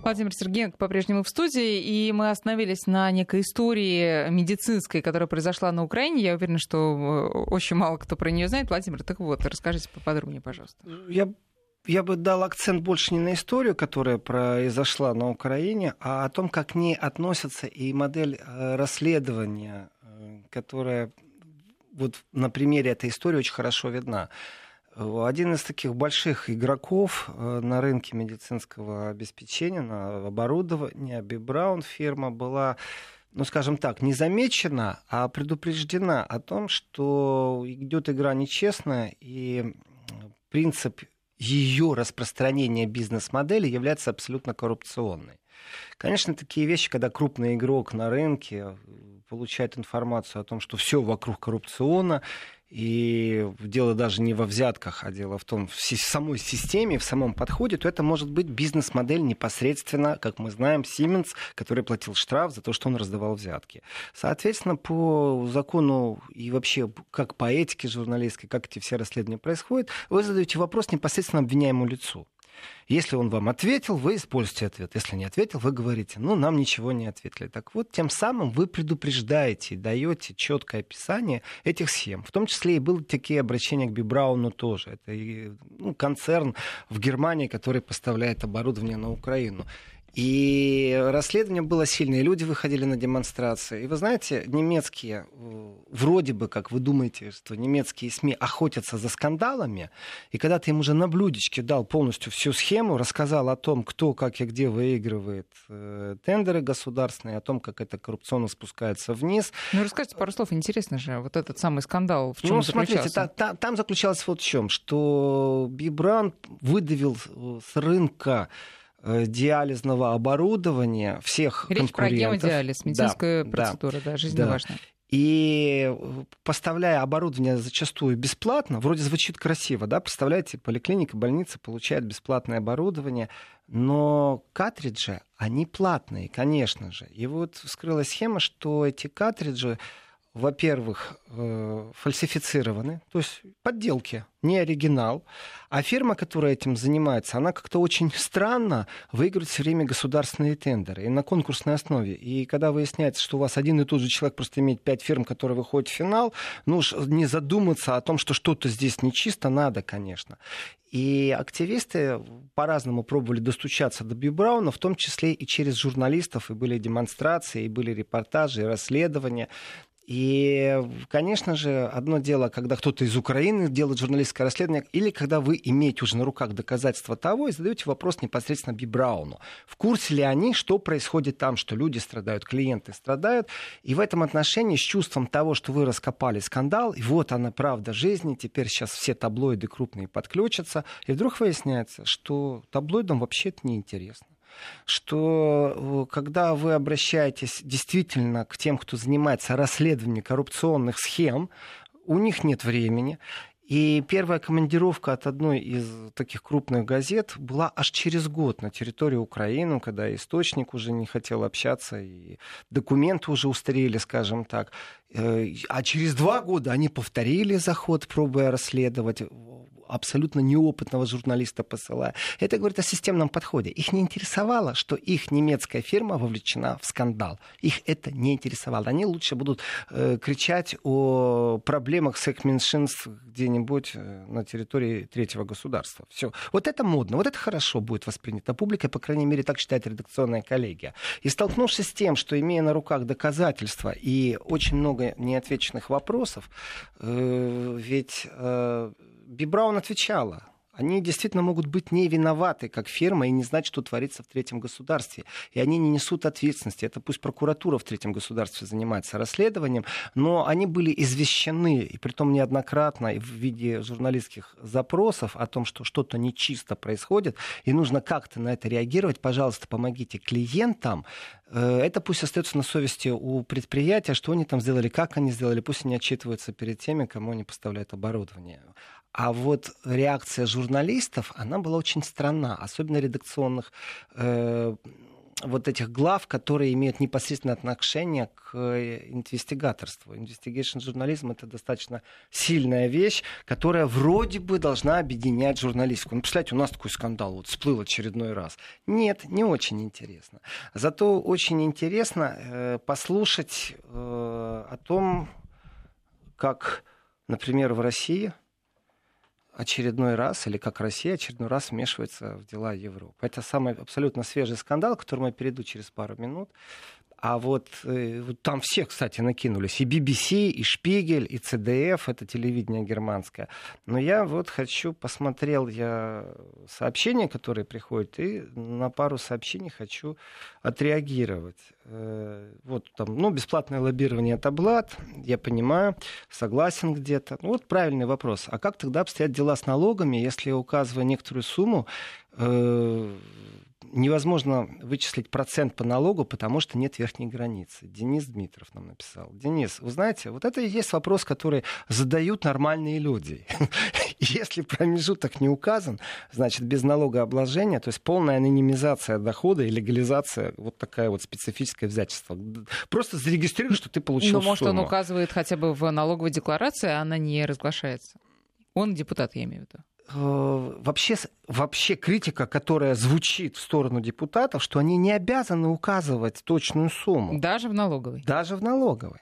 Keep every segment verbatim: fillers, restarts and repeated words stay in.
Владимир Сергеенко по-прежнему в студии, и мы остановились на некой истории медицинской, которая произошла на Украине. Я уверена, что очень мало кто про нее знает. Владимир, так вот, расскажите поподробнее, пожалуйста. Я, я бы дал акцент больше не на историю, которая произошла на Украине, а о том, как к ней относятся и модель расследования, которая вот на примере этой истории очень хорошо видна. Один из таких больших игроков на рынке медицинского обеспечения, на оборудование, Би Браун фирма, была, ну, скажем так, не замечена, а предупреждена о том, что идет игра нечестная, и принцип ее распространения бизнес-модели является абсолютно коррупционной. Конечно, такие вещи, когда крупный игрок на рынке получает информацию о том, что все вокруг коррупционно, и дело даже не во взятках, а дело в том, в самой системе, в самом подходе, то это может быть бизнес-модель непосредственно, как мы знаем, Siemens, который платил штраф за то, что он раздавал взятки. Соответственно, по закону и вообще как по этике журналистской, как эти все расследования происходят, вы задаете вопрос непосредственно обвиняемому лицу. Если он вам ответил, вы используете ответ. Если не ответил, вы говорите, ну, нам ничего не ответили. Так вот, тем самым вы предупреждаете, даете четкое описание этих схем. В том числе и были такие обращения к Би Брауну тоже. Это и, ну, концерн в Германии, который поставляет оборудование на Украину. И расследование было сильное, люди выходили на демонстрации. И вы знаете, немецкие, вроде бы, как вы думаете, что немецкие СМИ охотятся за скандалами, и когда ты им уже на блюдечке дал полностью всю схему, рассказал о том, кто, как и где выигрывает э, тендеры государственные, о том, как это коррупционно спускается вниз. Ну, расскажите пару слов, интересно же, вот этот самый скандал, в чем ну, заключался? Смотрите, та, та, там заключалось вот в чем, что Би Браун выдавил с рынка диализного оборудования всех Речь конкурентов. про гемодиализ, медицинская да, процедура, да, да жизненно да. важная. И поставляя оборудование зачастую бесплатно, вроде звучит красиво, да, представляете, поликлиника, больница получает бесплатное оборудование, но картриджи, они платные, конечно же. И вот вскрылась схема, что эти картриджи, во-первых, э, фальсифицированы, то есть подделки, не оригинал. А фирма, которая этим занимается, она как-то очень странно выигрывает все время государственные тендеры и на конкурсной основе. И когда выясняется, что у вас один и тот же человек просто имеет пять фирм, которые выходят в финал, ну уж не задуматься о том, что что-то здесь нечисто, надо, конечно. И активисты по-разному пробовали достучаться до Би Брауна, в том числе и через журналистов, и были демонстрации, и были репортажи, и расследования. И, конечно же, одно дело, когда кто-то из Украины делает журналистское расследование, или когда вы имеете уже на руках доказательства того и задаете вопрос непосредственно Би Брауну. В курсе ли они, что происходит там, что люди страдают, клиенты страдают. И в этом отношении с чувством того, что вы раскопали скандал, и вот она правда жизни, теперь сейчас все таблоиды крупные подключатся, и вдруг выясняется, что таблоидам вообще это неинтересно. Что когда вы обращаетесь действительно к тем, кто занимается расследованием коррупционных схем, у них нет времени. И первая командировка от одной из таких крупных газет была аж через год на территории Украины, когда источник уже не хотел общаться, и документы уже устарели, скажем так. А через два года они повторили заход, пробуя расследовать, абсолютно неопытного журналиста посылая. Это говорит о системном подходе. Их не интересовало, что их немецкая фирма вовлечена в скандал. Их это не интересовало. Они лучше будут э, кричать о проблемах секс-меньшинств где-нибудь на территории третьего государства. Все. Вот это модно, вот это хорошо будет воспринято публикой, по крайней мере, так считает редакционная коллегия. И столкнувшись с тем, что, имея на руках доказательства и очень много неотвеченных вопросов, э, ведь... Э, Би Браун отвечала. Они действительно могут быть не виноваты, как фирма, и не знать, что творится в третьем государстве. И они не несут ответственности. Это пусть прокуратура в третьем государстве занимается расследованием, но они были извещены, и притом неоднократно, в виде журналистских запросов о том, что что-то нечисто происходит, и нужно как-то на это реагировать. Пожалуйста, помогите клиентам. Это пусть остается на совести у предприятия, что они там сделали, как они сделали. Пусть они отчитываются перед теми, кому они поставляют оборудование. А вот реакция журналистов, она была очень странна, особенно редакционных э, вот этих глав, которые имеют непосредственное отношение к инвестигаторству. Investigation журнализм — это достаточно сильная вещь, которая вроде бы должна объединять журналистику. Ну, представляете, у нас такой скандал вот всплыл очередной раз. Нет, не очень интересно. Зато очень интересно э, послушать э, о том, как, например, в России очередной раз, или как Россия очередной раз вмешивается в дела Европы. Это самый абсолютно свежий скандал, который я перейду через пару минут. А вот, э, вот там все, кстати, накинулись. И би би си, и Шпигель, и цэ дэ эф, это телевидение германское. Но я вот хочу, посмотрел я сообщения, которые приходят, и на пару сообщений хочу отреагировать. Э, вот там, ну, бесплатное лоббирование — это блат, я понимаю, согласен где-то. Ну, вот правильный вопрос. А как тогда обстоят дела с налогами, если, указывая некоторую сумму, э, невозможно вычислить процент по налогу, потому что нет верхней границы? Денис Дмитров нам написал. Денис, вы знаете, вот это и есть вопрос, который задают нормальные люди. Если промежуток не указан, значит, без налогообложения, то есть полная анонимизация дохода и легализация, вот такая вот специфическое взятельство. Просто зарегистрируй, что ты получил Ну, может, сумму. он указывает хотя бы в налоговой декларации, а она не разглашается. Он депутат, я имею в виду. Вообще, вообще критика, которая звучит в сторону депутатов, что они не обязаны указывать точную сумму. Даже в налоговой. Даже в налоговой.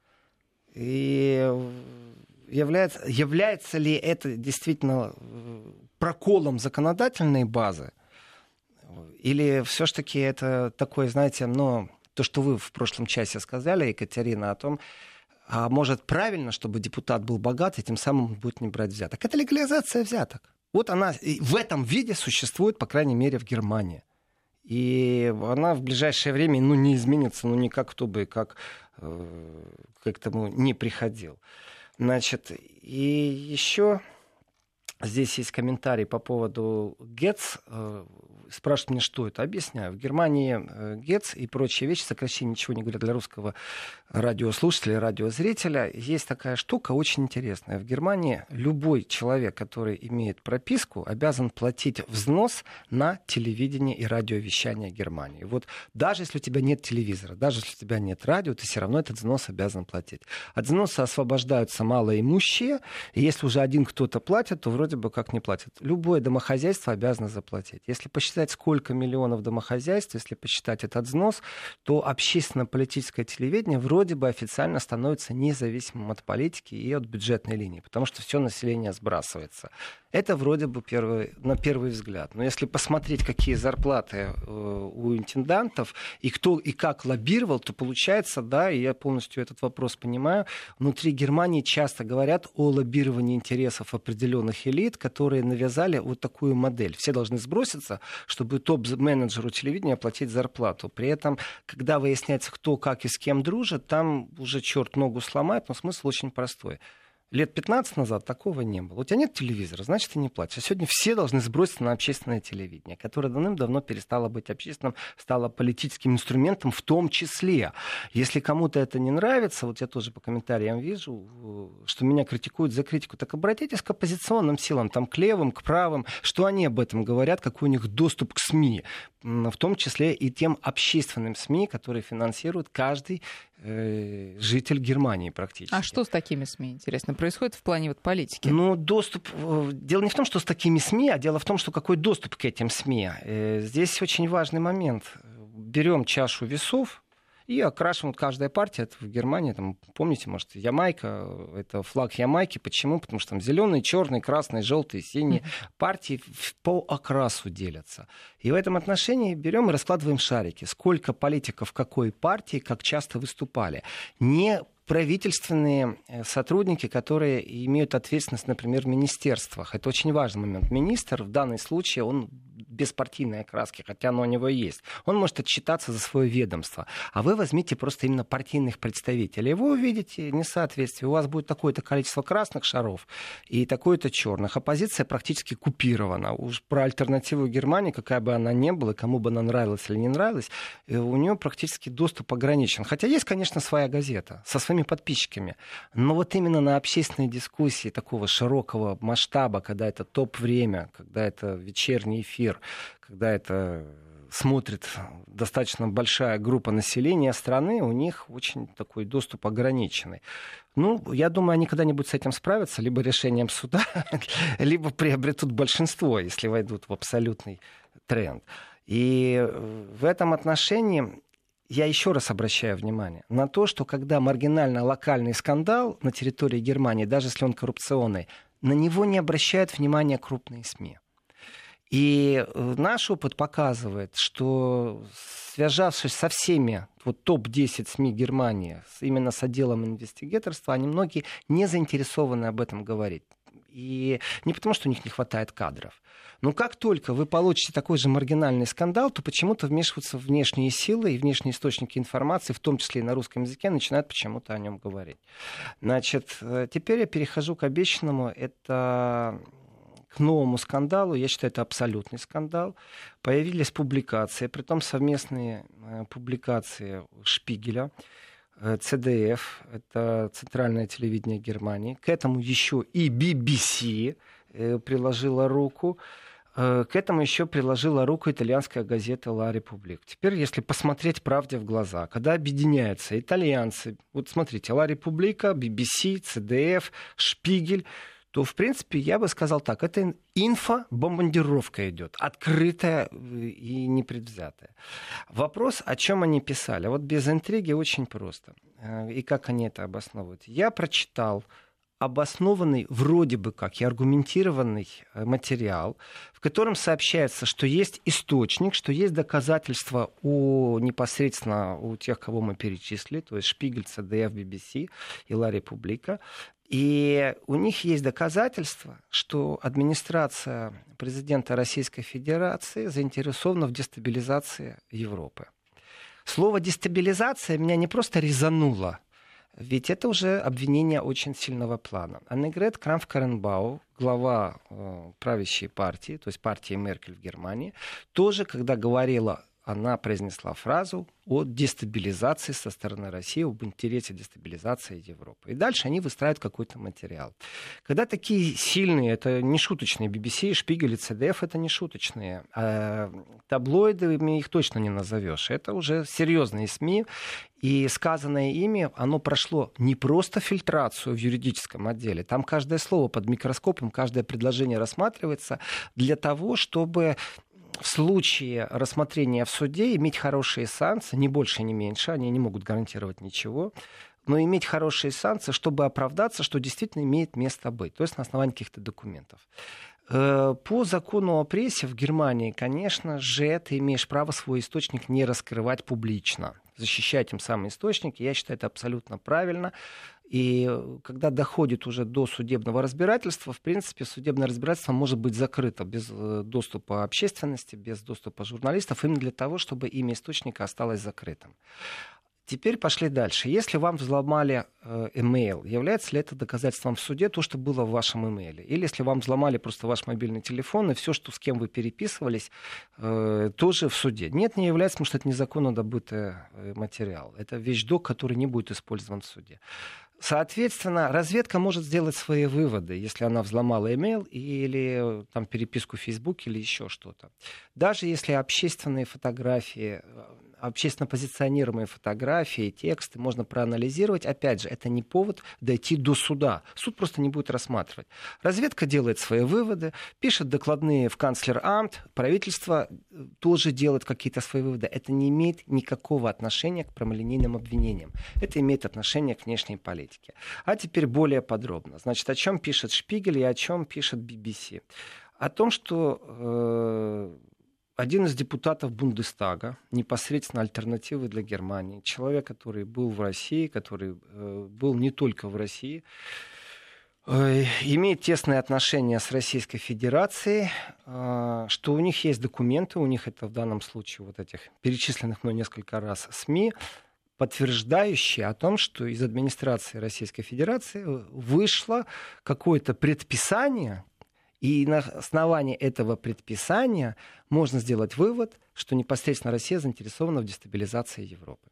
И является, является ли это действительно проколом законодательной базы? Или все-таки это такое, знаете, ну, то, что вы в прошлом часе сказали, Екатерина, о том, а может, правильно, чтобы депутат был богат, и тем самым он будет не брать взяток? Это легализация взяток. Вот она в этом виде существует, по крайней мере, в Германии. И она в ближайшее время, ну, не изменится, ну, никак, кто бы как э, к этому не приходил. Значит, и еще здесь есть комментарий по поводу ГЕЦ. Спрашивают меня, что это. Объясняю. В Германии ГЕЦ и прочие вещи, сокращения ничего не говорят для русского радиослушателя, радиозрителя. Есть такая штука очень интересная. В Германии любой человек, который имеет прописку, обязан платить взнос на телевидение и радиовещание Германии. Вот даже если у тебя нет телевизора, даже если у тебя нет радио, ты все равно этот взнос обязан платить. От взноса освобождаются малоимущие, и если уже один кто-то платит, то вроде бы как не платит. Любое домохозяйство обязано заплатить. Если посчитать, сколько миллионов домохозяйств, если посчитать этот взнос, то общественно-политическое телевидение вроде бы официально становится независимым от политики и от бюджетной линии, потому что все население сбрасывается. Это вроде бы первый, на первый взгляд. Но если посмотреть, какие зарплаты э, у интендантов и кто и как лоббировал, то получается, да, и я полностью этот вопрос понимаю, внутри Германии часто говорят о лоббировании интересов определенных элит, которые навязали вот такую модель. Все должны сброситься, чтобы топ-менеджеру телевидения оплатить зарплату. При этом, когда выясняется, кто как и с кем дружит, там уже черт ногу сломает, но смысл очень простой. Лет пятнадцать назад такого не было. У тебя нет телевизора, значит, ты не платишь. А сегодня все должны сброситься на общественное телевидение, которое давным-давно перестало быть общественным, стало политическим инструментом в том числе. Если кому-то это не нравится, вот я тоже по комментариям вижу, что меня критикуют за критику, так обратитесь к оппозиционным силам, там, к левым, к правым, что они об этом говорят, какой у них доступ к СМИ, в том числе и тем общественным СМИ, которые финансирует каждый э, житель Германии практически. А что с такими СМИ, интересно, происходит в плане вот политики? Ну, доступ... Дело не в том, что с такими СМИ, а дело в том, что какой доступ к этим СМИ. Здесь очень важный момент. Берем чашу весов и окрашиваем. Каждая партия, это в Германии, там, помните, может, Ямайка, это флаг Ямайки. Почему? Потому что там зеленый, черный, красный, желтый, синий. Mm-hmm. Партии по окрасу делятся. И в этом отношении берем и раскладываем шарики. Сколько политиков какой партии, как часто выступали. Не правительственные сотрудники, которые имеют ответственность, например, в министерствах. Это очень важный момент. Министр в данном случае, он без партийной окраски, хотя оно у него есть. Он может отчитаться за свое ведомство. А вы возьмите просто именно партийных представителей. И вы увидите несоответствие. У вас будет такое-то количество красных шаров и такое-то черных. Оппозиция практически купирована. Уж про альтернативу Германии, какая бы она ни была, кому бы она нравилась или не нравилась, у нее практически доступ ограничен. Хотя есть, конечно, своя газета со своими подписчиками. Но вот именно на общественной дискуссии такого широкого масштаба, когда это топ-время, когда это вечерний эфир, когда это смотрит достаточно большая группа населения страны, у них очень такой доступ ограниченный. Ну, я думаю, они когда-нибудь с этим справятся, либо решением суда, либо приобретут большинство, если войдут в абсолютный тренд. И в этом отношении я еще раз обращаю внимание на то, что когда маргинально-локальный скандал на территории Германии, даже если он коррупционный, на него не обращают внимания крупные СМИ. И наш опыт показывает, что, связавшись со всеми вот, топ десять СМИ Германии, именно с отделом инвестигаторства, они многие не заинтересованы об этом говорить. И не потому, что у них не хватает кадров. Но как только вы получите такой же маргинальный скандал, то почему-то вмешиваются внешние силы и внешние источники информации, в том числе и на русском языке, начинают почему-то о нем говорить. Значит, теперь я перехожу к обещанному. Это к новому скандалу. Я считаю, это абсолютный скандал. Появились публикации, притом совместные публикации Шпигеля, Цэ Дэ Эф, это Центральное телевидение Германии. К этому еще и Би Би Си приложила руку. К этому еще приложила руку итальянская газета «Ла Републик». Теперь, если посмотреть правде в глаза, когда объединяются итальянцы, вот смотрите, «Ла Република», Би Би Си, Цэ Дэ Эф, Шпигель, то, в принципе, я бы сказал так, это инфобомбардировка идет, открытая и непредвзятая. Вопрос, о чем они писали. Вот без интриги очень просто. И как они это обосновывают. Я прочитал обоснованный, вроде бы как, и аргументированный материал, в котором сообщается, что есть источник, что есть доказательства у, непосредственно у тех, кого мы перечислили, то есть Шпигель, Цэ Дэ Эф, Би Би Си и Ла Република. И у них есть доказательства, что администрация президента Российской Федерации заинтересована в дестабилизации Европы. Слово «дестабилизация» меня не просто резануло, ведь это уже обвинение очень сильного плана. Аннегрет Крамф-Карренбау, глава э, правящей партии, то есть партии Меркель в Германии, тоже, когда говорила, она произнесла фразу о дестабилизации со стороны России, об интересе дестабилизации Европы. И дальше они выстраивают какой-то материал. Когда такие сильные, это не шуточные, Би Би Си, Шпигель и Цэ Дэ Эф, это не шуточные. А таблоидами их точно не назовешь. Это уже серьезные СМИ. И сказанное ими, оно прошло не просто фильтрацию в юридическом отделе. Там каждое слово под микроскопом, каждое предложение рассматривается для того, чтобы в случае рассмотрения в суде иметь хорошие санкции, не больше, не меньше, они не могут гарантировать ничего, но иметь хорошие санкции, чтобы оправдаться, что действительно имеет место быть, то есть на основании каких-то документов. По закону о прессе в Германии, конечно же, ты имеешь право свой источник не раскрывать публично, защищать тем самым источники. Я считаю, это абсолютно правильно. И когда доходит уже до судебного разбирательства, в принципе, судебное разбирательство может быть закрыто без доступа общественности, без доступа журналистов, именно для того, чтобы имя источника осталось закрытым. Теперь пошли дальше. Если вам взломали э, имейл, является ли это доказательством в суде то, что было в вашем имейле? Или если вам взломали просто ваш мобильный телефон, и все, что, с кем вы переписывались, э, тоже в суде? Нет, не является, потому что это незаконно добытый э, материал. Это вещдок, который не будет использован в суде. Соответственно, разведка может сделать свои выводы, если она взломала имейл или там, переписку в Фейсбуке или еще что-то. Даже если общественные фотографии, общественно позиционируемые фотографии, тексты можно проанализировать, опять же, это не повод дойти до суда. Суд просто не будет рассматривать. Разведка делает свои выводы, пишет докладные в канцлерамт, правительство тоже делает какие-то свои выводы. Это не имеет никакого отношения к прямолинейным обвинениям. Это имеет отношение к внешней политике. А теперь более подробно. Значит, о чем пишет Шпигель и о чем пишет Би Би Си? О том, что э, один из депутатов Бундестага, непосредственно альтернативы для Германии, человек, который был в России, который э, был не только в России, э, имеет тесные отношения с Российской Федерацией, э, что у них есть документы, у них это в данном случае вот этих перечисленных мной несколько раз СМИ, подтверждающие о том, что из администрации Российской Федерации вышло какое-то предписание, и на основании этого предписания можно сделать вывод, что непосредственно Россия заинтересована в дестабилизации Европы.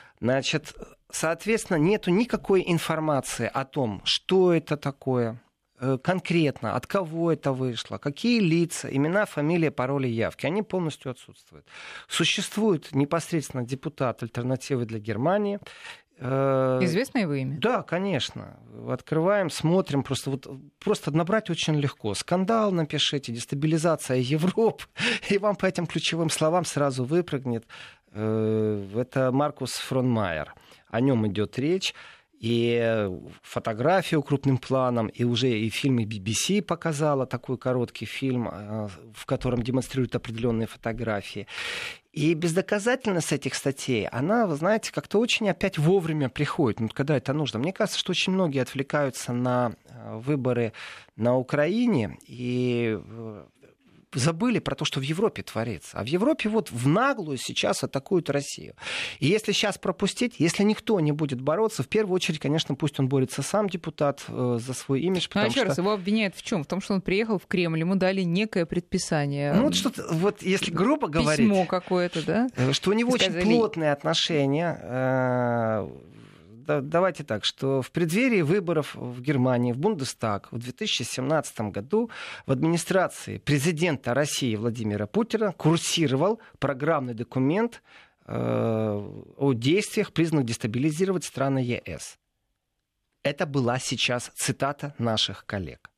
Значит, соответственно, нету никакой информации о том, что это такое, конкретно, от кого это вышло, какие лица, имена, фамилия, пароли, явки, они полностью отсутствуют. Существует непосредственно депутат «Альтернативы для Германии». Известное его имя? Да, конечно. Открываем, смотрим. Просто, вот, просто набрать очень легко. Скандал напишите, дестабилизация Европы, и вам по этим ключевым словам сразу выпрыгнет. Это Маркус Фронмайер. О нем идет речь. И фотографию крупным планом, и уже и фильмы би би си показала такой короткий фильм, в котором демонстрируют определенные фотографии. И бездоказательность этих статей, она, вы знаете, как-то очень опять вовремя приходит, ну, когда это нужно. Мне кажется, что очень многие отвлекаются на выборы на Украине и забыли про то, что в Европе творится. А в Европе вот в наглую сейчас атакуют Россию. И если сейчас пропустить, если никто не будет бороться, в первую очередь, конечно, пусть он борется сам, депутат, э, за свой имидж. Ну, а еще что... раз, его обвиняют в чем? В том, что он приехал в Кремль, ему дали некое предписание. Ну, вот что-то, вот если грубо говорить... Письмо какое-то, да? Что у него Сказали... очень плотные отношения... Э, Давайте так, что в преддверии выборов в Германии, в Бундестаг в две тысячи семнадцатом году в администрации президента России Владимира Путина курсировал программный документ э, о действиях, призванных дестабилизировать страны е эс. Это была сейчас цитата наших коллег.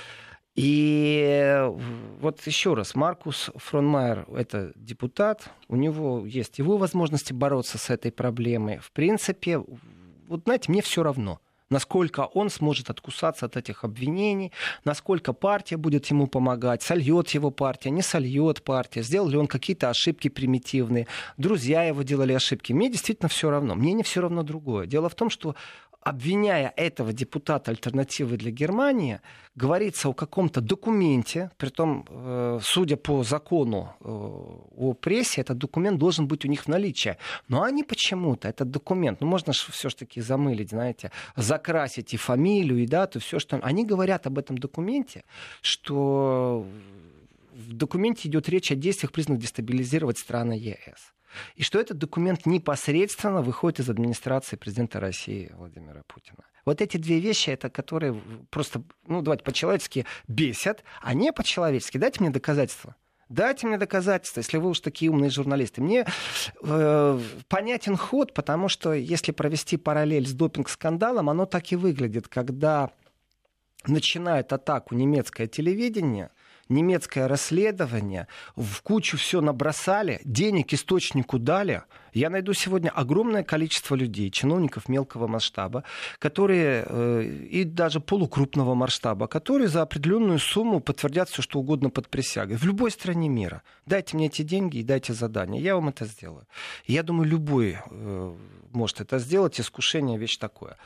И вот еще раз, Маркус Фронмайер — это депутат, у него есть его возможности бороться с этой проблемой. В принципе, вот знаете, мне все равно, насколько он сможет откусаться от этих обвинений, насколько партия будет ему помогать, сольет его партия, не сольет партия, сделал ли он какие-то ошибки примитивные, друзья его делали ошибки. Мне действительно все равно, мне не все равно другое. Дело в том, что обвиняя этого депутата «Альтернативы для Германии», говорится о каком-то документе, притом, судя по закону о прессе, этот документ должен быть у них в наличии. Но они почему-то, этот документ, ну можно же все-таки замылить, знаете, закрасить и фамилию, и дату, все, что... Они говорят об этом документе, что в документе идет речь о действиях, призванных дестабилизировать страны е эс. И что этот документ непосредственно выходит из администрации президента России Владимира Путина. Вот эти две вещи, это которые просто, ну, давайте по-человечески бесят, а не по-человечески. Дайте мне доказательства. Дайте мне доказательства, если вы уж такие умные журналисты. Мне э, понятен ход, потому что если провести параллель с допинг-скандалом, оно так и выглядит, когда начинает атаку немецкое телевидение, немецкое расследование, в кучу все набросали, денег источнику дали. Я найду сегодня огромное количество людей, чиновников мелкого масштаба, которые, э, и даже полукрупного масштаба, которые за определенную сумму подтвердят все, что угодно под присягой. В любой стране мира. Дайте мне эти деньги и дайте задание. Я вам это сделаю. Я думаю, любой э, может это сделать. Искушение — вещь такое.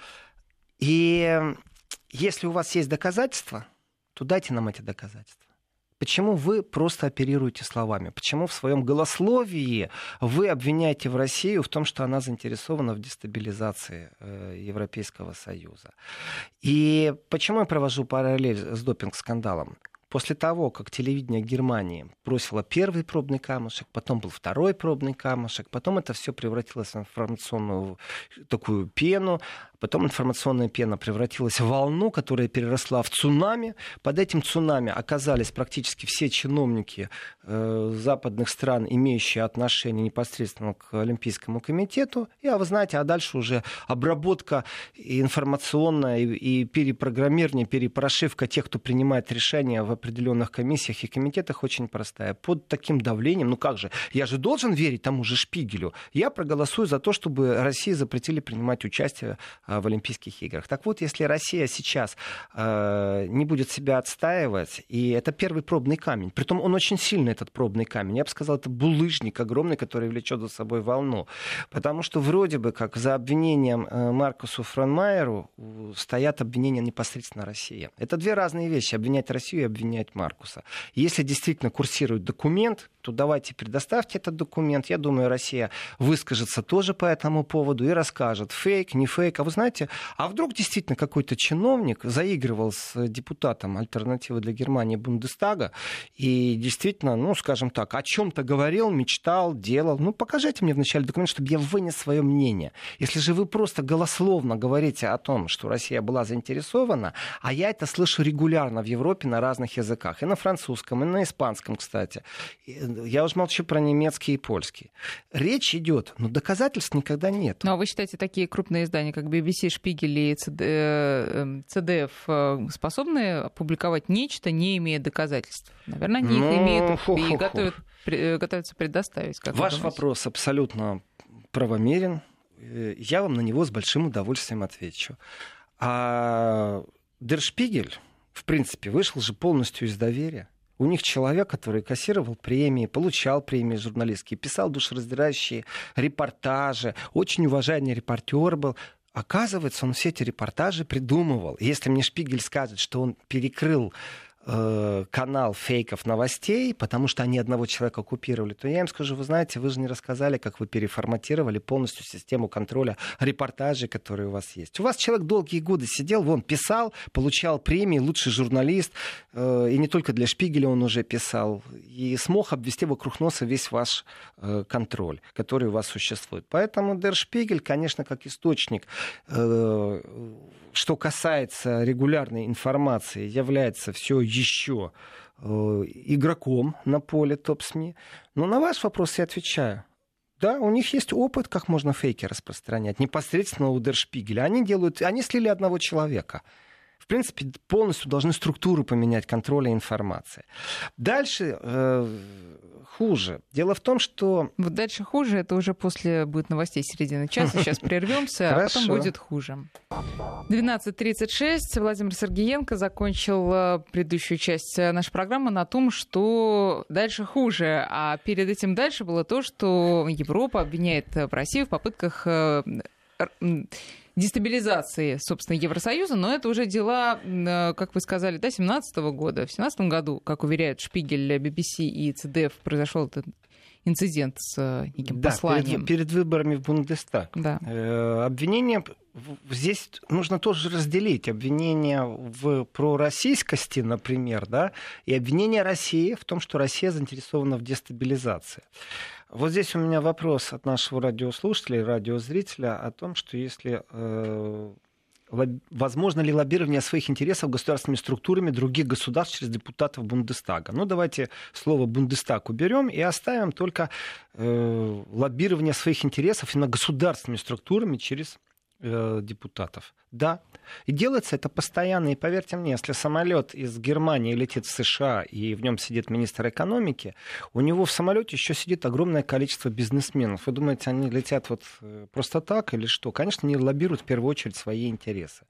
И если у вас есть доказательства, то дайте нам эти доказательства. Почему вы просто оперируете словами? Почему в своем голословии вы обвиняете в Россию в том, что она заинтересована в дестабилизации э, Европейского Союза? И почему я провожу параллель с допинг-скандалом? После того, как телевидение Германии бросило первый пробный камушек, потом был второй пробный камушек, потом это все превратилось в информационную такую пену, потом информационная пена превратилась в волну, которая переросла в цунами. Под этим цунами оказались практически все чиновники э, западных стран, имеющие отношение непосредственно к Олимпийскому комитету. И, а вы знаете, а дальше уже обработка информационная и, и перепрограммирование, перепрошивка тех, кто принимает решения в определенных комиссиях и комитетах, очень простая. Под таким давлением, ну как же, я же должен верить тому же Шпигелю. Я проголосую за то, чтобы России запретили принимать участие в Олимпийских играх. Так вот, если Россия сейчас э, не будет себя отстаивать, и это первый пробный камень, притом он очень сильный, этот пробный камень, я бы сказал, это булыжник огромный, который влечет за собой волну. Потому что вроде бы как за обвинением э, Маркусу Фронмайеру стоят обвинения непосредственно России. Это две разные вещи, обвинять Россию и обвинять Маркуса. Если действительно курсирует документ, то давайте предоставьте этот документ. Я думаю, Россия выскажется тоже по этому поводу и расскажет, фейк, не фейк. А вы знаете, знаете, а вдруг действительно какой-то чиновник заигрывал с депутатом «Альтернативы для Германии» Бундестага и действительно, ну, скажем так, о чем-то говорил, мечтал, делал. Ну, покажите мне вначале документ, чтобы я вынес свое мнение. Если же вы просто голословно говорите о том, что Россия была заинтересована, а я это слышу регулярно в Европе на разных языках, и на французском, и на испанском, кстати. Я уже молчу про немецкий и польский. Речь идет, но доказательств никогда нет. Ну, а вы считаете, такие крупные издания, как би би си, Шпигель и цэ дэ эф, способны опубликовать нечто, не имея доказательств? Наверное, они ну, их имеют фу, и фу, готовят, готовятся предоставить. Как Ваш вопрос абсолютно правомерен. Я вам на него с большим удовольствием отвечу. А Der Spiegel, в принципе, вышел же полностью из доверия. У них человек, который кассировал премии, получал премии журналистские, писал душераздирающие репортажи, очень уважаемый репортер был. Оказывается, он все эти репортажи придумывал. Если мне Шпигель скажет, что он перекрыл э, канал фейков новостей, потому что они одного человека оккупировали, то я им скажу, вы знаете, вы же не рассказали, как вы переформатировали полностью систему контроля репортажей, которые у вас есть. У вас человек долгие годы сидел, вон, писал, получал премии, лучший журналист, э, и не только для Шпигеля он уже писал, и смог обвести вокруг носа весь ваш э, контроль, который у вас существует. Поэтому Der Spiegel, конечно, как источник, э, что касается регулярной информации, является все еще э, игроком на поле топ-СМИ. Но на ваш вопрос я отвечаю. Да, у них есть опыт, как можно фейки распространять. Непосредственно у Der Spiegel. Они делают, они слили одного человека. В принципе, полностью должны структуру поменять контроля информации. Дальше э, хуже. Дело в том, что... Вот дальше хуже, это уже после будет новостей середины часа. Сейчас прервемся, а потом будет хуже. двенадцать тридцать шесть. Владимир Сергеенко закончил предыдущую часть нашей программы на том, что дальше хуже. А перед этим дальше было то, что Европа обвиняет Россию в попытках дестабилизации, собственно, Евросоюза, но это уже дела, как вы сказали, до семнадцатого года. В семнадцатом году, как уверяют Шпигель, би би си и цэ дэ эф, произошел этот инцидент с неким да, посланием. Перед, перед выборами в Бундестаг. Да. Э, обвинения... Здесь нужно тоже разделить обвинения в пророссийскости, например, да, и обвинения России в том, что Россия заинтересована в дестабилизации. Вот здесь у меня вопрос от нашего радиослушателя и радиозрителя о том, что если э, лоб... возможно ли лоббирование своих интересов государственными структурами других государств через депутатов Бундестага. Ну, давайте слово «Бундестаг» уберем и оставим только э, лоббирование своих интересов именно государственными структурами через депутатов. Да. И делается это постоянно. И поверьте мне, если самолет из Германии летит в США, и в нем сидит министр экономики, у него в самолете еще сидит огромное количество бизнесменов. Вы думаете, они летят вот просто так или что? Конечно, они лоббируют в первую очередь свои интересы.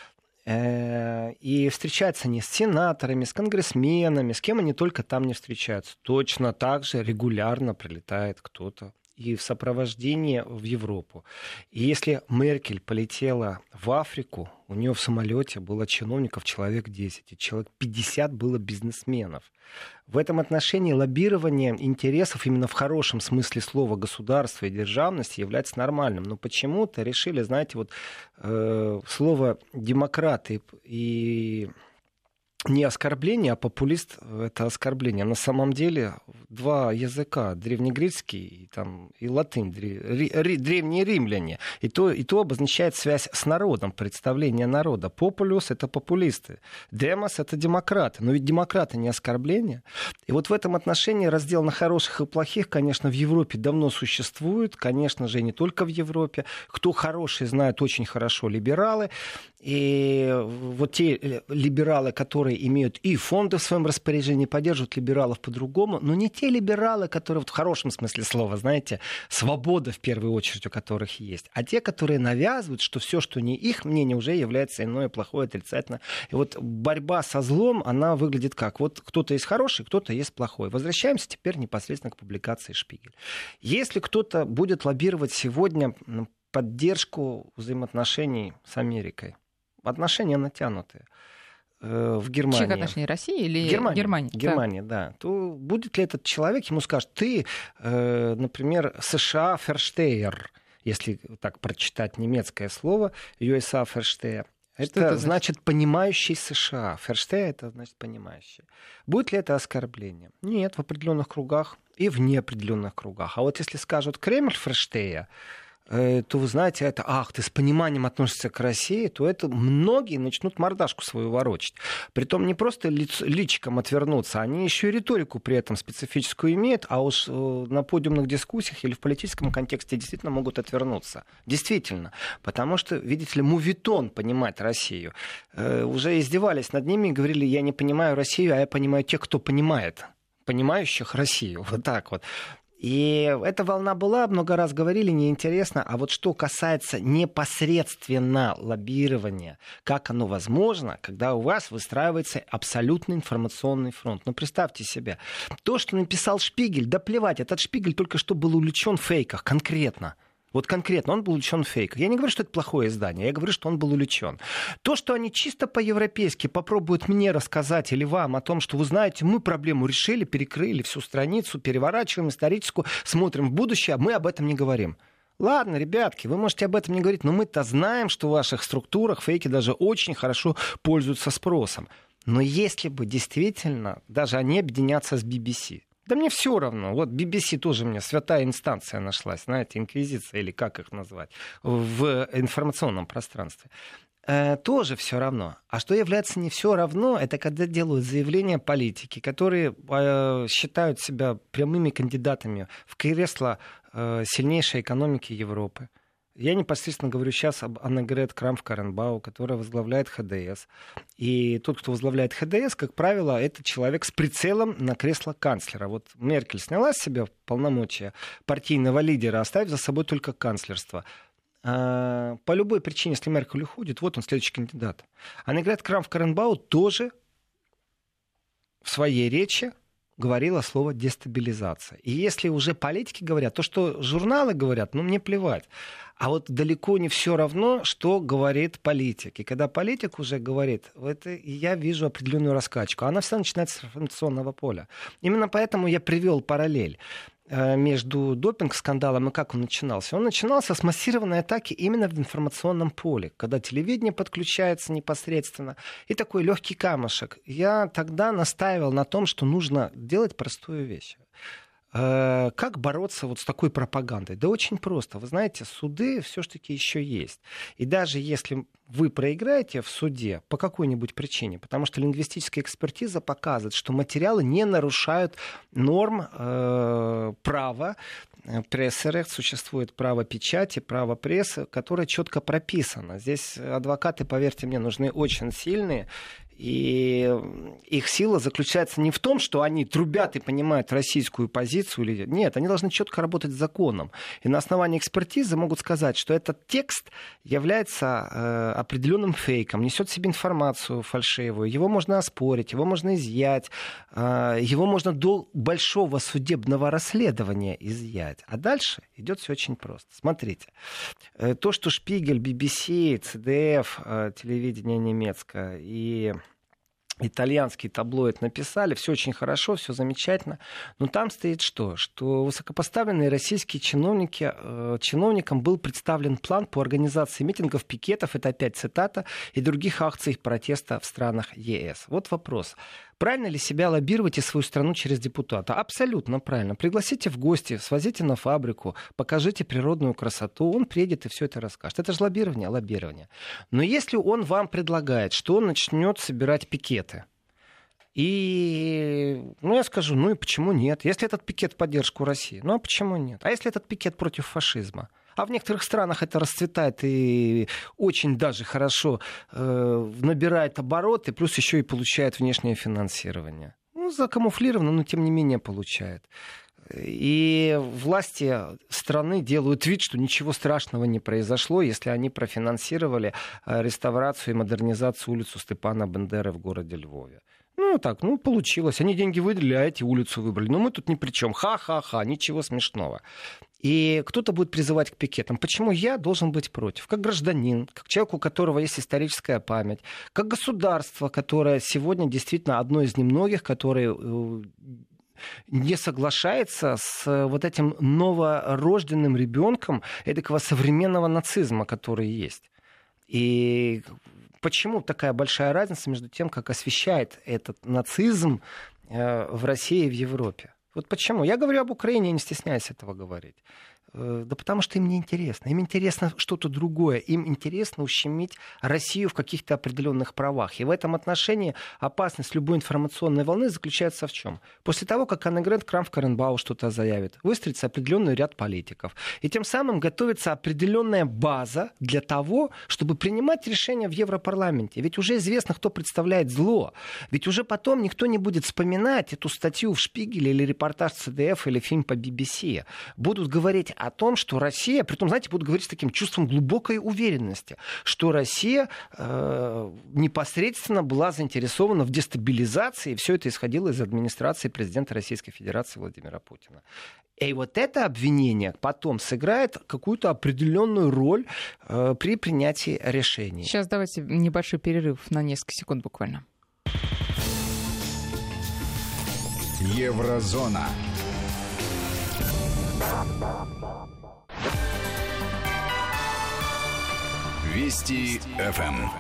И встречаются они с сенаторами, с конгрессменами, с кем они только там не встречаются. Точно так же регулярно прилетает кто-то и в сопровождении в Европу. И если Меркель полетела в Африку, у нее в самолете было чиновников человек десять, и человек пятьдесят было бизнесменов. В этом отношении лоббирование интересов именно в хорошем смысле слова государства и державности является нормальным. Но почему-то решили, знаете, вот э, слово «демократы» и... не оскорбление, а популист — это оскорбление. На самом деле два языка, древнегреческий и, там, и латынь, древние римляне. И то, и то обозначает связь с народом, представление народа. Популюс — это популисты, демос — это демократы. Но ведь демократы не оскорбление. И вот в этом отношении раздел на хороших и плохих, конечно, в Европе давно существует. Конечно же, и не только в Европе. Кто хороший, знают очень хорошо либералы. И вот те либералы, которые имеют и фонды в своем распоряжении, поддерживают либералов по-другому, но не те либералы, которые вот в хорошем смысле слова, знаете, свобода в первую очередь у которых есть, а те, которые навязывают, что все, что не их мнение, уже является иное, плохое, отрицательное. И вот борьба со злом, она выглядит как? Вот кто-то есть хороший, кто-то есть плохой. Возвращаемся теперь непосредственно к публикации Шпигель. Если кто-то будет лоббировать сегодня поддержку взаимоотношений с Америкой, отношения натянутые э, в Германии. Чьих отношений? России или Германии? Германии, Германии, да. То будет ли этот человек, ему скажет, ты, э, например, США Ферштейер, если так прочитать немецкое слово, ю эс эй Versteher. Это, это значит? значит понимающий США. Versteher — это значит понимающий. Будет ли это оскорбление? Нет, в определенных кругах и в неопределенных кругах. А вот если скажут Кремль Versteher, то вы знаете, это, ах, ты с пониманием относишься к России, то это многие начнут мордашку свою ворочать. Притом не просто лиц, личиком отвернуться, они еще и риторику при этом специфическую имеют, а уж на подиумных дискуссиях или в политическом контексте действительно могут отвернуться. Действительно. Потому что, видите ли, мувитон понимать Россию. Э, уже издевались над ними и говорили, я не понимаю Россию, а я понимаю тех, кто понимает. Понимающих Россию. Вот так вот. И эта волна была, много раз говорили, неинтересно. А вот что касается непосредственно лоббирования, как оно возможно, когда у вас выстраивается абсолютно информационный фронт. Ну, представьте себе, то, что написал Шпигель, да плевать, этот Шпигель только что был увлечен в фейках, конкретно. Вот конкретно он был увлечен в фейках. Я не говорю, что это плохое издание, я говорю, что он был увлечен. То, что они чисто по-европейски попробуют мне рассказать или вам о том, что, вы знаете, мы проблему решили, перекрыли всю страницу, переворачиваем историческую, смотрим в будущее, а мы об этом не говорим. Ладно, ребятки, вы можете об этом не говорить, но мы-то знаем, что в ваших структурах фейки даже очень хорошо пользуются спросом. Но если бы действительно даже они объединятся с би би си, да мне все равно. Вот би би си тоже у меня святая инстанция нашлась, знаете, инквизиция или как их назвать, в информационном пространстве. Э, тоже все равно. А что является не все равно, это когда делают заявления политики, которые э, считают себя прямыми кандидатами в кресло э, сильнейшей экономики Европы. Я непосредственно говорю сейчас об Аннегрет Крамф-Карренбау, которая возглавляет ха дэ эс. И тот, кто возглавляет ха дэ эс, как правило, это человек с прицелом на кресло канцлера. Вот Меркель сняла с себя полномочия партийного лидера, оставив за собой только канцлерство. По любой причине, если Меркель уходит, вот он, следующий кандидат. Аннегрет Крамф-Карренбау тоже в своей речи говорила слово «дестабилизация». И если уже политики говорят, то, что журналы говорят, ну, мне плевать. А вот далеко не все равно, что говорит политик. И когда политик уже говорит, это я вижу определенную раскачку. Она всегда начинается с информационного поля. Именно поэтому я привел параллель между допинг-скандалом и как он начинался. Он начинался с массированной атаки именно в информационном поле, когда телевидение подключается непосредственно. И такой легкий камушек. Я тогда настаивал на том, что нужно делать простую вещь. Как бороться вот с такой пропагандой? Да очень просто. Вы знаете, суды все-таки еще есть. И даже если вы проиграете в суде по какой-нибудь причине, потому что лингвистическая экспертиза показывает, что материалы не нарушают норм э, права прессы, существует право печати, право прессы, которое четко прописано. Здесь адвокаты, поверьте мне, нужны очень сильные. И их сила заключается не в том, что они трубят и понимают российскую позицию. Или... Нет, они должны четко работать с законом. И на основании экспертизы могут сказать, что этот текст является э, определенным фейком, несет в себе информацию фальшивую. Его можно оспорить, его можно изъять, э, его можно до большого судебного расследования изъять. А дальше идет все очень просто. Смотрите. Э, то, что Шпигель, би би си, цэ дэ эф, э, телевидение немецкое и итальянский таблоид написали, все очень хорошо, все замечательно, но там стоит что? Что высокопоставленные российские чиновники, э, чиновникам был представлен план по организации митингов, пикетов, это опять цитата, и других акций протеста в странах е эс. Вот вопрос. Правильно ли себя лоббировать и свою страну через депутата? Абсолютно правильно. Пригласите в гости, свозите на фабрику, покажите природную красоту, он приедет и все это расскажет. Это же лоббирование, лоббирование. Но если он вам предлагает, что он начнет собирать пикеты, и, ну, я скажу, ну и почему нет? Если этот пикет в поддержку России, ну а почему нет? А если этот пикет против фашизма? А в некоторых странах это расцветает и очень даже хорошо э, набирает обороты, плюс еще и получает внешнее финансирование. Ну, закамуфлировано, но тем не менее получает. И власти страны делают вид, что ничего страшного не произошло, если они профинансировали реставрацию и модернизацию улицы Степана Бендеры в городе Львове. Ну, так, ну, получилось. Они деньги выделили, а эти улицу выбрали. Но мы тут ни при чем. Ха-ха-ха, ничего смешного. И кто-то будет призывать к пикетам. Почему я должен быть против? Как гражданин, как человек, у которого есть историческая память, как государство, которое сегодня действительно одно из немногих, которое не соглашается с вот этим новорожденным ребенком этакого современного нацизма, который есть. И почему такая большая разница между тем, как освещает этот нацизм в России и в Европе? Вот почему? Я говорю об Украине, не стесняюсь этого говорить. Да потому что им не интересно. Им интересно что-то другое. Им интересно ущемить Россию в каких-то определенных правах. И в этом отношении опасность любой информационной волны заключается в чем? После того, как Аннегрет Крамф-Карренбау что-то заявит, выстроится определенный ряд политиков. И тем самым готовится определенная база для того, чтобы принимать решения в Европарламенте. Ведь уже известно, кто представляет зло. Ведь уже потом никто не будет вспоминать эту статью в Шпигеле или репортаж Цэ Дэ Эф или фильм по Би Би Си. Будут говорить о том, что Россия, притом, знаете, будут говорить с таким чувством глубокой уверенности, что Россия э, непосредственно была заинтересована в дестабилизации, и все это исходило из администрации президента Российской Федерации Владимира Путина. И вот это обвинение потом сыграет какую-то определенную роль э, при принятии решений. Сейчас давайте небольшой перерыв на несколько секунд буквально. Еврозона. Вести эф эм.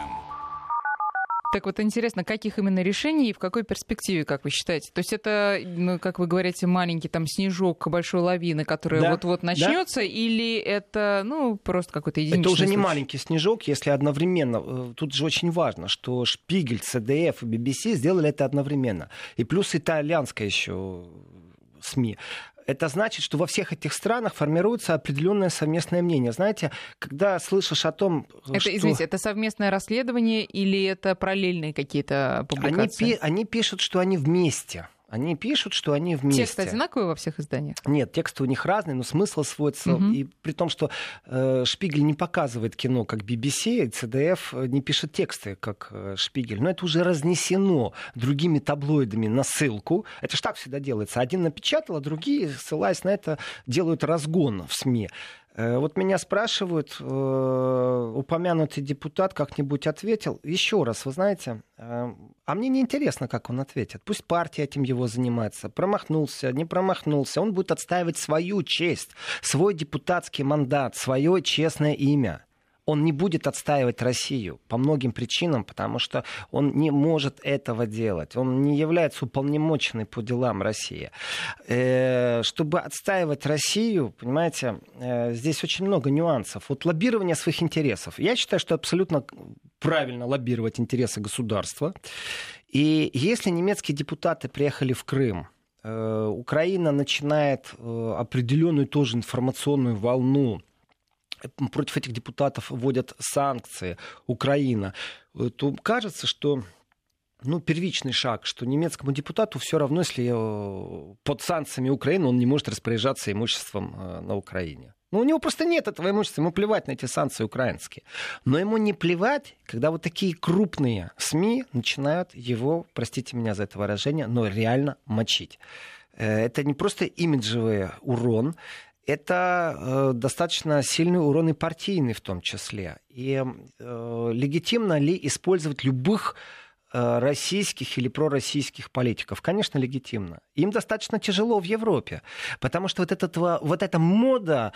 Так вот, интересно, каких именно решений и в какой перспективе, как вы считаете? То есть это, ну, как вы говорите, маленький там снежок большой лавины, которая да, вот-вот начнется, да? Или это, ну, просто какой-то единичный Это уже случай? Не маленький снежок, если одновременно. Тут же очень важно, что Шпигель, Цэ Дэ Эф и Би Би Си сделали это одновременно. И плюс итальянская еще СМИ. Это значит, что во всех этих странах формируется определенное совместное мнение. Знаете, когда слышишь о том, это, что... Извините, это совместное расследование или это параллельные какие-то публикации? Они, пи- они пишут, что они вместе. Они пишут, что они вместе. Текст одинаковый во всех изданиях? Нет, тексты у них разные, но смысл сводится. Угу. И при том, что э, Шпигель не показывает кино, как Би Би Си, и Цэ Дэ Эф не пишет тексты, как э, Шпигель. Но это уже разнесено другими таблоидами на ссылку. Это ж так всегда делается. Один напечатал, а другие, ссылаясь на это, делают разгон в СМИ. Вот меня спрашивают, э, упомянутый депутат как-нибудь ответил. Еще раз, вы знаете, э, а мне не интересно, как он ответит. Пусть партия этим его занимается. Промахнулся, не промахнулся. Он будет отстаивать свою честь, свой депутатский мандат, свое честное имя. Он не будет отстаивать Россию по многим причинам, потому что он не может этого делать. Он не является уполномоченным по делам России. Э, чтобы отстаивать Россию, понимаете, э, здесь очень много нюансов. Вот лоббирование своих интересов. Я считаю, что абсолютно правильно лоббировать интересы государства. И если немецкие депутаты приехали в Крым, э, Украина начинает э, определенную тоже информационную волну, против этих депутатов вводят санкции, Украина, то кажется, что ну, первичный шаг, что немецкому депутату все равно, если под санкциями Украины он не может распоряжаться имуществом на Украине. Ну, у него просто нет этого имущества, ему плевать на эти санкции украинские. Но ему не плевать, когда вот такие крупные СМИ начинают его, простите меня за это выражение, но реально мочить. Это не просто имиджевый урон, это э, достаточно сильный урон и партийный в том числе. И э, легитимно ли использовать любых э, российских или пророссийских политиков? Конечно, легитимно. Им достаточно тяжело в Европе, потому что вот, этот, вот эта мода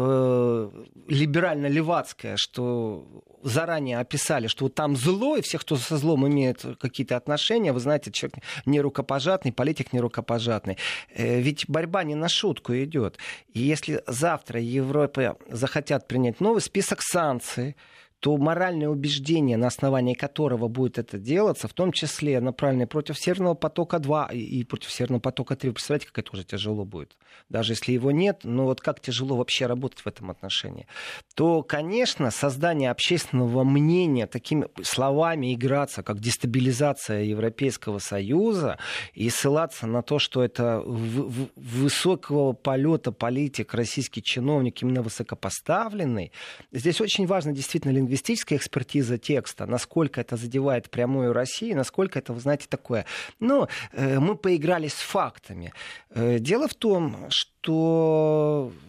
э, либерально-левацкая, что заранее описали, что вот там зло, и все, кто со злом имеет какие-то отношения, вы знаете, человек не рукопожатный, политик не рукопожатный. Э, ведь борьба не на шутку идет. И если завтра Европа захотят принять новый список санкций, то моральное убеждение, на основании которого будет это делаться, в том числе направленное против Северного потока-два и против Северного потока-три. Вы представляете, как это уже тяжело будет? Даже если его нет, но вот как тяжело вообще работать в этом отношении. То, конечно, создание общественного мнения, такими словами играться, как дестабилизация Европейского Союза, и ссылаться на то, что это в- в- высокого полета политик, российский чиновник, именно высокопоставленный, здесь очень важно действительно лингвистическая лингвистическая экспертиза текста, насколько это задевает прямую Россию, насколько это, вы знаете, такое. Ну, э, мы поиграли с фактами. Э, дело в том, что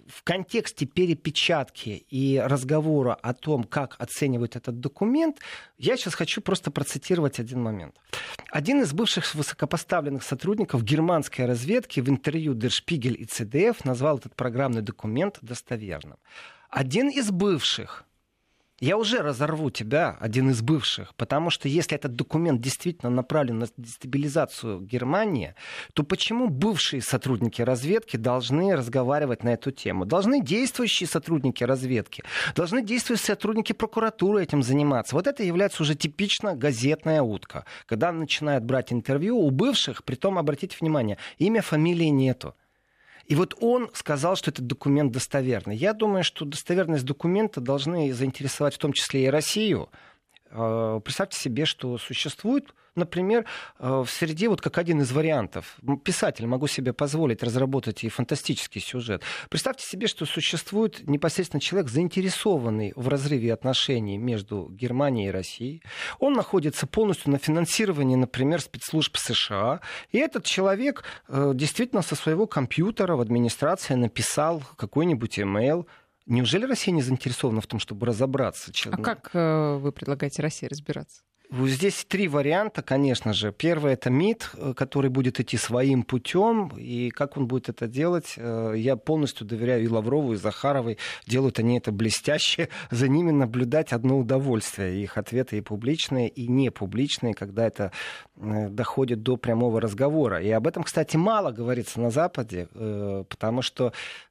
в контексте перепечатки и разговора о том, как оценивают этот документ, я сейчас хочу просто процитировать один момент. Один из бывших высокопоставленных сотрудников германской разведки в интервью Der Spiegel и си ди эф назвал этот программный документ достоверным. Один из бывших, я уже разорву тебя, один из бывших, потому что если этот документ действительно направлен на дестабилизацию Германии, то почему бывшие сотрудники разведки должны разговаривать на эту тему? Должны действующие сотрудники разведки, должны действующие сотрудники прокуратуры этим заниматься. Вот это является уже типично газетная утка. Когда начинают брать интервью у бывших, притом, обратите внимание, имя, фамилии нету. И вот он сказал, что этот документ достоверный. Я думаю, что достоверность документа должны заинтересовать в том числе и Россию. Представьте себе, что существует, например, в среде, вот как один из вариантов, писатель, могу себе позволить разработать и фантастический сюжет. Представьте себе, что существует непосредственно человек, заинтересованный в разрыве отношений между Германией и Россией. Он находится полностью на финансировании, например, спецслужб США. И этот человек действительно со своего компьютера в администрации написал какой-нибудь имейл. Неужели Россия не заинтересована в том, чтобы разобраться? А как э, вы предлагаете России разбираться? Здесь три варианта, конечно же. Первый — это МИД, который будет идти своим путем. И как он будет это делать, я полностью доверяю и Лаврову, и Захаровой. Делают они это блестяще. За ними наблюдать одно удовольствие. Их ответы и публичные, и непубличные, когда это доходит до прямого разговора. И об этом, кстати, мало говорится на Западе, потому что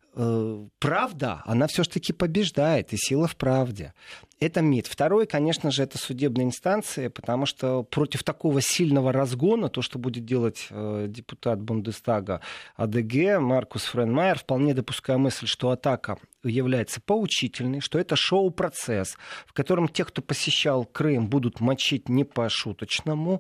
правда, она все-таки побеждает, и сила в правде. Это МИД. Второй, конечно же, это судебные инстанции, потому что против такого сильного разгона, то, что будет делать э, депутат Бундестага АДГ Маркус Фрейнмайер, вполне допуская мысль, что атака является поучительной, что это шоу-процесс, в котором те, кто посещал Крым, будут мочить не по-шуточному.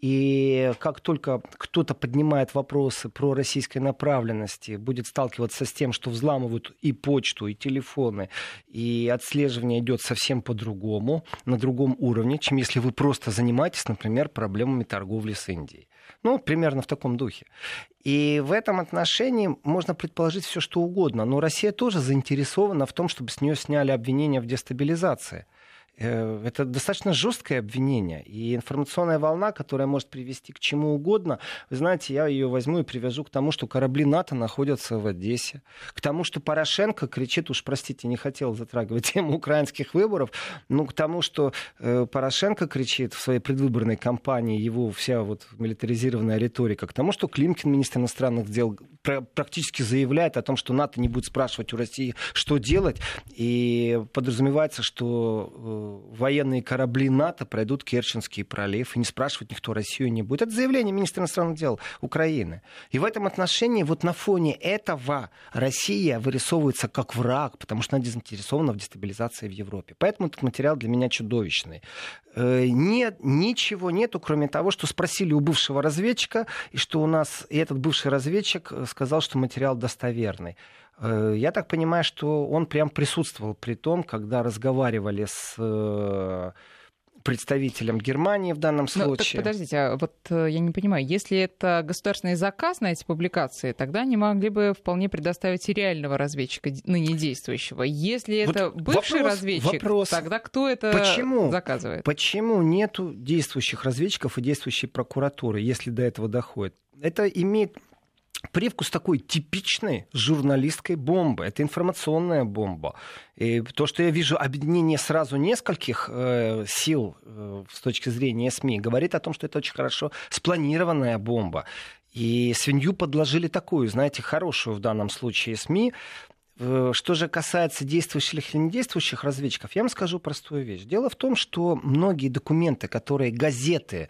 И как только кто-то поднимает вопросы про российской направленности, будет сталкиваться с тем, что взламывают и почту, и телефоны, и отслеживание идет совсем по-другому, на другом уровне, чем если вы просто занимаетесь, например, проблемами торговли с Индией. Ну, примерно в таком духе. И в этом отношении можно предположить все, что угодно. Но Россия тоже заинтересована в том, чтобы с нее сняли обвинения в дестабилизации. Это достаточно жесткое обвинение. И информационная волна, которая может привести к чему угодно, вы знаете, я ее возьму и привяжу к тому, что корабли НАТО находятся в Одессе, к тому, что Порошенко кричит, уж простите, не хотел затрагивать тему украинских выборов, но к тому, что Порошенко кричит в своей предвыборной кампании, его вся вот милитаризированная риторика, к тому, что Климкин, министр иностранных дел, практически заявляет о том, что НАТО не будет спрашивать у России, что делать, и подразумевается, что военные корабли НАТО пройдут Керченский пролив, и не спрашивать никто Россию не будет. Это заявление министра иностранных дел Украины. И в этом отношении вот на фоне этого Россия вырисовывается как враг, потому что она заинтересована в дестабилизации в Европе. Поэтому этот материал для меня чудовищный. Нет, ничего нету, кроме того, что спросили у бывшего разведчика, и что у нас и этот бывший разведчик сказал, что материал достоверный. Я так понимаю, что он прям присутствовал при том, когда разговаривали с представителем Германии в данном случае. Ну, так подождите, а вот я не понимаю, если это государственный заказ на эти публикации, тогда они могли бы вполне предоставить и реального разведчика, ныне действующего. Если вот это бывший вопрос, разведчик, вопрос. Тогда кто это Почему? заказывает? Почему нету действующих разведчиков и действующей прокуратуры, если до этого доходит? Это имеет привкус такой типичной журналистской бомбы. Это информационная бомба. И то, что я вижу объединение сразу нескольких э, сил э, с точки зрения СМИ, говорит о том, что это очень хорошо спланированная бомба. И свинью подложили такую, знаете, хорошую в данном случае СМИ. Что же касается действующих или недействующих разведчиков, я вам скажу простую вещь. Дело в том, что многие документы, которые газеты,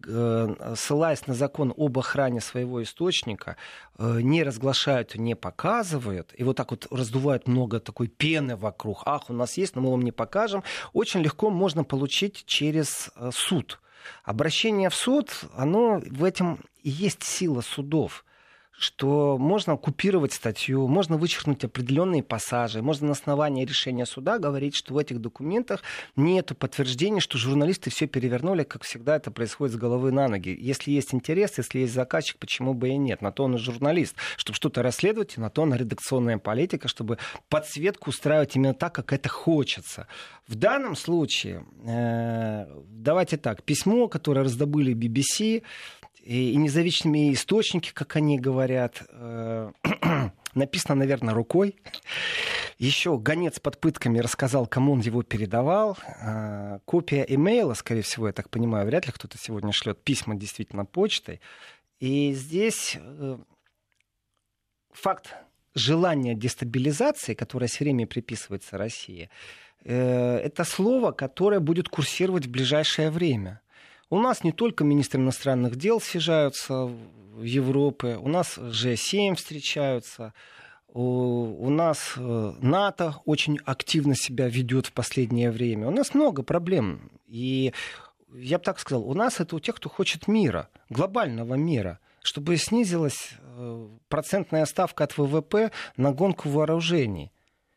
ссылаясь на закон об охране своего источника, не разглашают, не показывают, и вот так вот раздувают много такой пены вокруг. Ах, у нас есть, но мы вам не покажем. Очень легко можно получить через суд. Обращение в суд, оно в этом и есть сила судов. что можно купировать статью, можно вычеркнуть определенные пассажи, можно на основании решения суда говорить, что в этих документах нет подтверждения, что журналисты все перевернули, как всегда это происходит с головы на ноги. Если есть интерес, если есть заказчик, почему бы и нет? На то он и журналист, чтобы что-то расследовать, и на то он редакционная политика, чтобы подсветку устраивать именно так, как это хочется. В данном случае, э, давайте так, письмо, которое раздобыли би би си, и независимые источники, как они говорят, э, написано, наверное, рукой. Еще гонец под пытками рассказал, кому он его передавал. Э, копия имейла, скорее всего, я так понимаю, вряд ли кто-то сегодня шлет письма действительно почтой. И здесь э, факт желания дестабилизации, которое все время приписывается России, э, это слово, которое будет курсировать в ближайшее время. У нас не только министры иностранных дел съезжаются в Европе, у нас джи семь встречаются, у, у нас НАТО очень активно себя ведет в последнее время. У нас много проблем. И я бы так сказал, у нас это у тех, кто хочет мира, глобального мира, чтобы снизилась процентная ставка от вэ вэ пэ на гонку вооружений.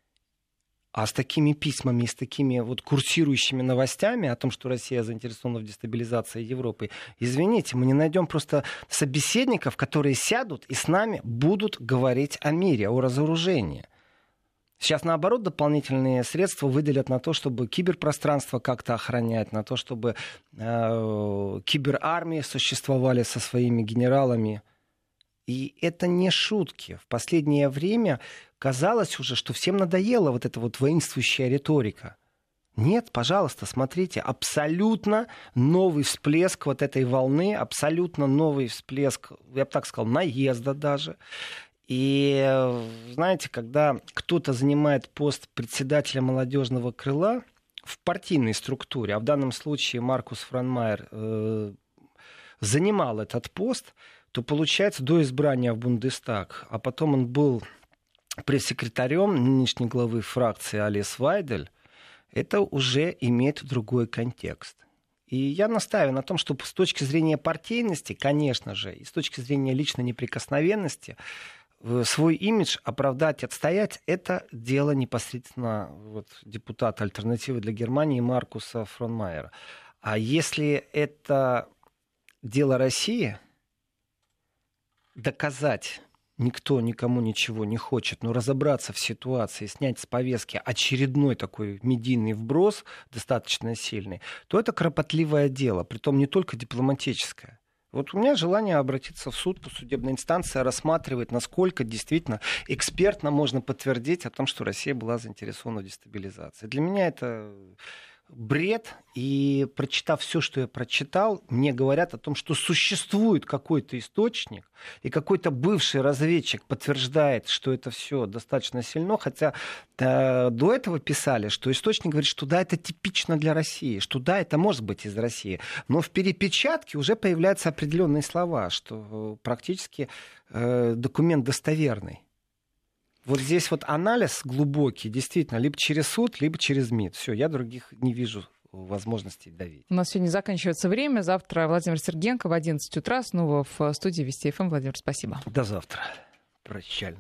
А с такими письмами, с такими вот курсирующими новостями о том, что Россия заинтересована в дестабилизации Европы, извините, мы не найдем просто собеседников, которые сядут и с нами будут говорить о мире, о разоружении. Сейчас, наоборот, дополнительные средства выделят на то, чтобы киберпространство как-то охранять, на то, чтобы э, киберармии существовали со своими генералами. И это не шутки. В последнее время казалось уже, что всем надоела вот эта вот воинствующая риторика. Нет, пожалуйста, смотрите, абсолютно новый всплеск вот этой волны, абсолютно новый всплеск, я бы так сказал, наезда даже. И знаете, когда кто-то занимает пост председателя молодежного крыла в партийной структуре, а в данном случае Маркус Фронмайер э, занимал этот пост, то получается до избрания в Бундестаг, а потом он был пресс-секретарем нынешней главы фракции Алис Вайдель, это уже имеет другой контекст. И я настаиваю на том, что с точки зрения партийности, конечно же, и с точки зрения личной неприкосновенности, свой имидж оправдать, отстоять, это дело непосредственно вот, депутата «Альтернативы для Германии» Маркуса Фронмайера. А если это дело России, доказать никто никому ничего не хочет, но разобраться в ситуации, снять с повестки очередной такой медийный вброс, достаточно сильный, то это кропотливое дело, притом не только дипломатическое. Вот у меня желание обратиться в суд, по судебной инстанции, рассматривать, насколько действительно экспертно можно подтвердить о том, что Россия была заинтересована в дестабилизации. Для меня это бред, и прочитав все, что я прочитал, мне говорят о том, что существует какой-то источник, и какой-то бывший разведчик подтверждает, что это все достаточно сильно, хотя э, до этого писали, что источник говорит, что да, это типично для России, что да, это может быть из России, но в перепечатке уже появляются определенные слова, что практически э, документ достоверный. Вот здесь вот анализ глубокий, действительно, либо через суд, либо через МИД. Все, я других не вижу возможности давить. У нас сегодня заканчивается время. Завтра Владимир Сергеенко в одиннадцать утра снова в студии Вести эф эм. Владимир, спасибо. До завтра. Прощально.